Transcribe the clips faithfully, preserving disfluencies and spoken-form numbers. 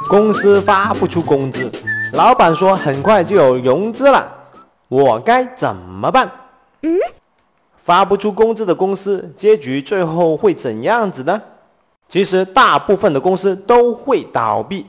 公司发不出工资，老板说很快就有融资了，我该怎么办？ 嗯， 发不出工资的公司结局最后会怎样子呢？其实大部分的公司都会倒闭。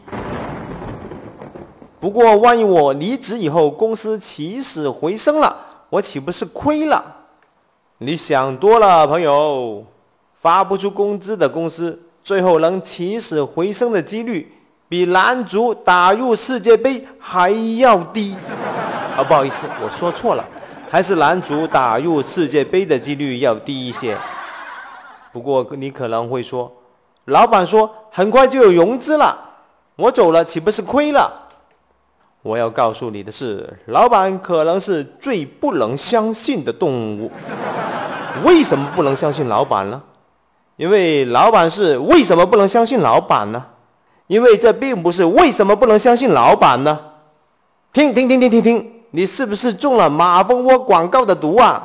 不过万一我离职以后公司起死回生了，我岂不是亏了？你想多了，朋友。发不出工资的公司最后能起死回生的几率比男足打入世界杯还要低。啊，不好意思，我说错了，还是男足打入世界杯的几率要低一些。不过你可能会说，老板说很快就有融资了，我走了岂不是亏了？我要告诉你的是，老板可能是最不能相信的动物。为什么不能相信老板呢？因为老板是为什么不能相信老板呢？因为这并不是为什么不能相信老板呢？听听听听听听，你是不是中了马蜂窝广告的毒啊？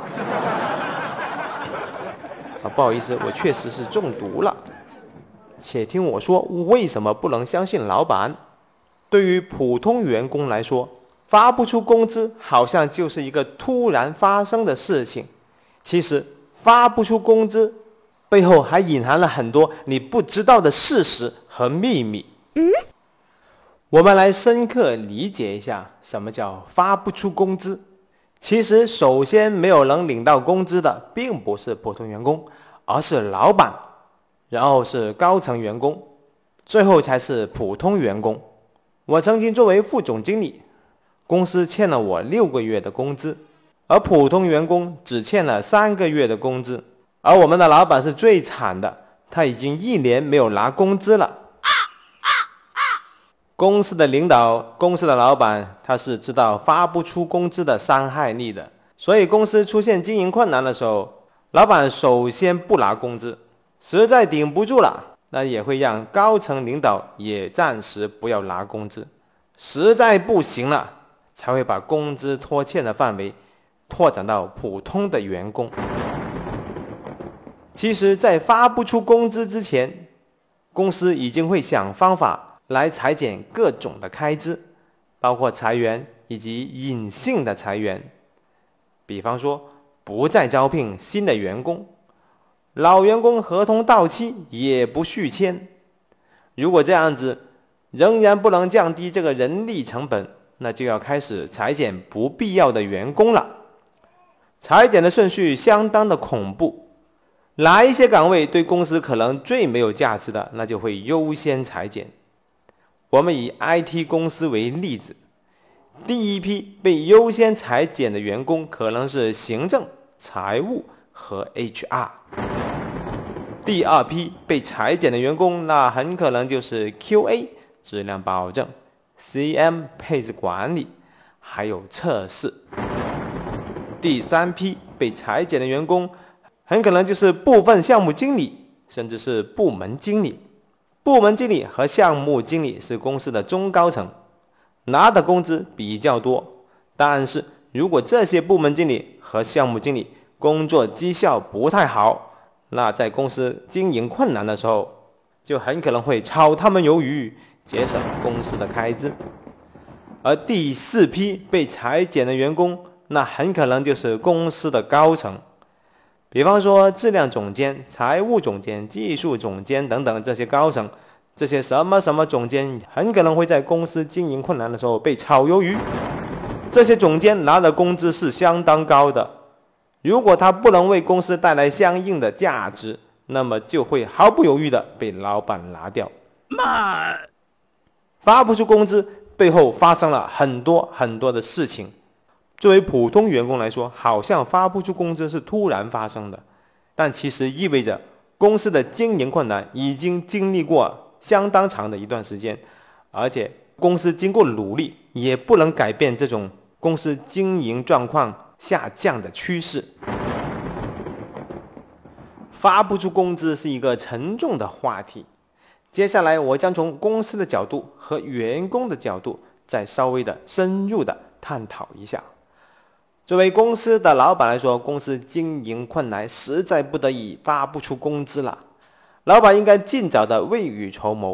啊，不好意思，我确实是中毒了。且听我说，为什么不能相信老板？对于普通员工来说，发不出工资好像就是一个突然发生的事情。其实发不出工资背后还隐含了很多你不知道的事实和秘密。 嗯， 我们来深刻理解一下什么叫发不出工资。其实首先没有能领到工资的并不是普通员工，而是老板，然后是高层员工，最后才是普通员工。我曾经作为副总经理，公司欠了我六个月的工资，而普通员工只欠了三个月的工资。而我们的老板是最惨的，他已经一年没有拿工资了。公司的领导，公司的老板，他是知道发不出工资的伤害力的，所以公司出现经营困难的时候，老板首先不拿工资，实在顶不住了，那也会让高层领导也暂时不要拿工资，实在不行了，才会把工资拖欠的范围拓展到普通的员工。其实在发不出工资之前，公司已经会想方法来裁减各种的开支，包括裁员以及隐性的裁员。比方说不再招聘新的员工，老员工合同到期也不续签。如果这样子仍然不能降低这个人力成本，那就要开始裁减不必要的员工了。裁减的顺序相当的恐怖，哪一些岗位对公司可能最没有价值的，那就会优先裁减。我们以 I T 公司为例子，第一批被优先裁减的员工可能是行政、财务和 H R。 第二批被裁减的员工，那很可能就是 Q A 质量保证、C M 配置管理还有测试。第三批被裁减的员工很可能就是部分项目经理，甚至是部门经理。部门经理和项目经理是公司的中高层，拿的工资比较多，但是如果这些部门经理和项目经理工作绩效不太好，那在公司经营困难的时候，就很可能会炒他们鱿鱼，节省公司的开支。而第四批被裁减的员工，那很可能就是公司的高层，比方说质量总监、财务总监、技术总监等等这些高层，这些什么什么总监很可能会在公司经营困难的时候被炒鱿鱼。这些总监拿的工资是相当高的，如果他不能为公司带来相应的价值，那么就会毫不犹豫的被老板拿掉。 妈， 发不出工资背后发生了很多很多的事情。作为普通员工来说，好像发不出工资是突然发生的，但其实意味着公司的经营困难已经经历过相当长的一段时间，而且公司经过努力也不能改变这种公司经营状况下降的趋势。发不出工资是一个沉重的话题，接下来我将从公司的角度和员工的角度再稍微的深入的探讨一下。作为公司的老板来说，公司经营困难，实在不得已发不出工资了，老板应该尽早的未雨绸缪，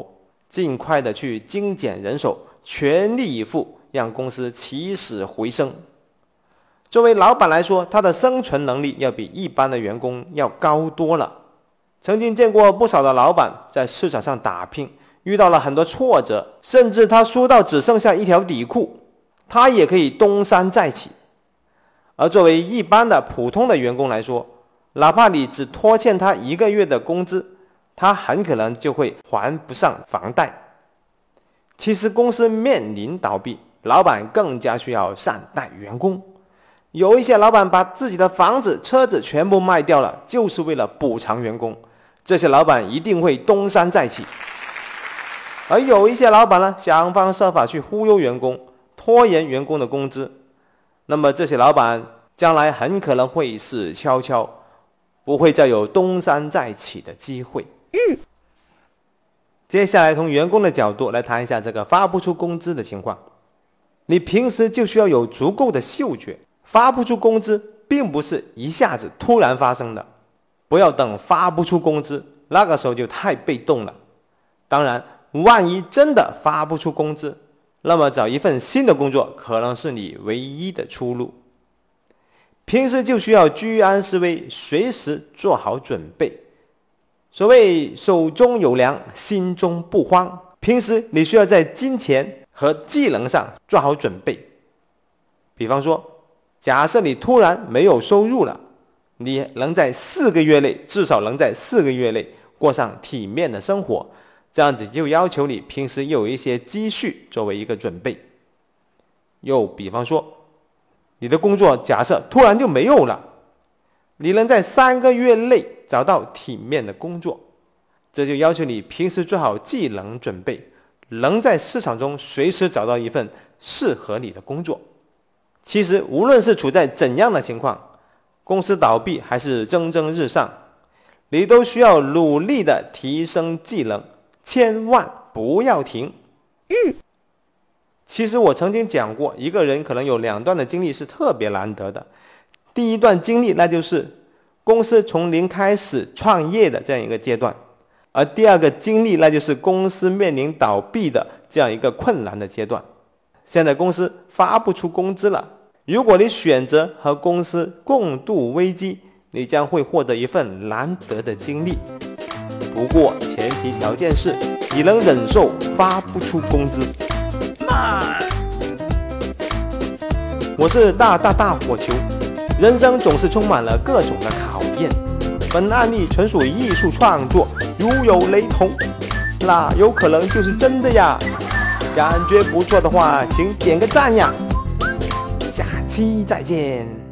尽快的去精简人手，全力以赴，让公司起死回生。作为老板来说，他的生存能力要比一般的员工要高多了。曾经见过不少的老板在市场上打拼，遇到了很多挫折，甚至他输到只剩下一条底裤，他也可以东山再起。而作为一般的普通的员工来说，哪怕你只拖欠他一个月的工资，他很可能就会还不上房贷。其实公司面临倒闭，老板更加需要善待员工。有一些老板把自己的房子、车子全部卖掉了，就是为了补偿员工，这些老板一定会东山再起。而有一些老板呢，想方设法去忽悠员工，拖延员工的工资，那么这些老板将来很可能会死翘翘，不会再有东山再起的机会。嗯。接下来从员工的角度来谈一下这个发不出工资的情况。你平时就需要有足够的嗅觉，发不出工资并不是一下子突然发生的，不要等发不出工资，那个时候就太被动了。当然，万一真的发不出工资，那么找一份新的工作可能是你唯一的出路。平时就需要居安思危，随时做好准备。所谓手中有粮，心中不慌。平时你需要在金钱和技能上做好准备。比方说，假设你突然没有收入了，你能在四个月内，至少能在四个月内过上体面的生活，这样子就要求你平时有一些积蓄作为一个准备。又比方说，你的工作假设突然就没有了，你能在三个月内找到体面的工作，这就要求你平时做好技能准备，能在市场中随时找到一份适合你的工作。其实无论是处在怎样的情况，公司倒闭还是蒸蒸日上，你都需要努力的提升技能，千万不要停。嗯。其实我曾经讲过，一个人可能有两段的经历是特别难得的。第一段经历，那就是公司从零开始创业的这样一个阶段，而第二个经历，那就是公司面临倒闭的这样一个困难的阶段。现在公司发不出工资了，如果你选择和公司共度危机，你将会获得一份难得的经历。不过前提条件是你能忍受发不出工资。我是大大大火球，人生总是充满了各种的考验。本案例纯属艺术创作，如有雷同，那有可能就是真的呀。感觉不错的话，请点个赞呀。下期再见。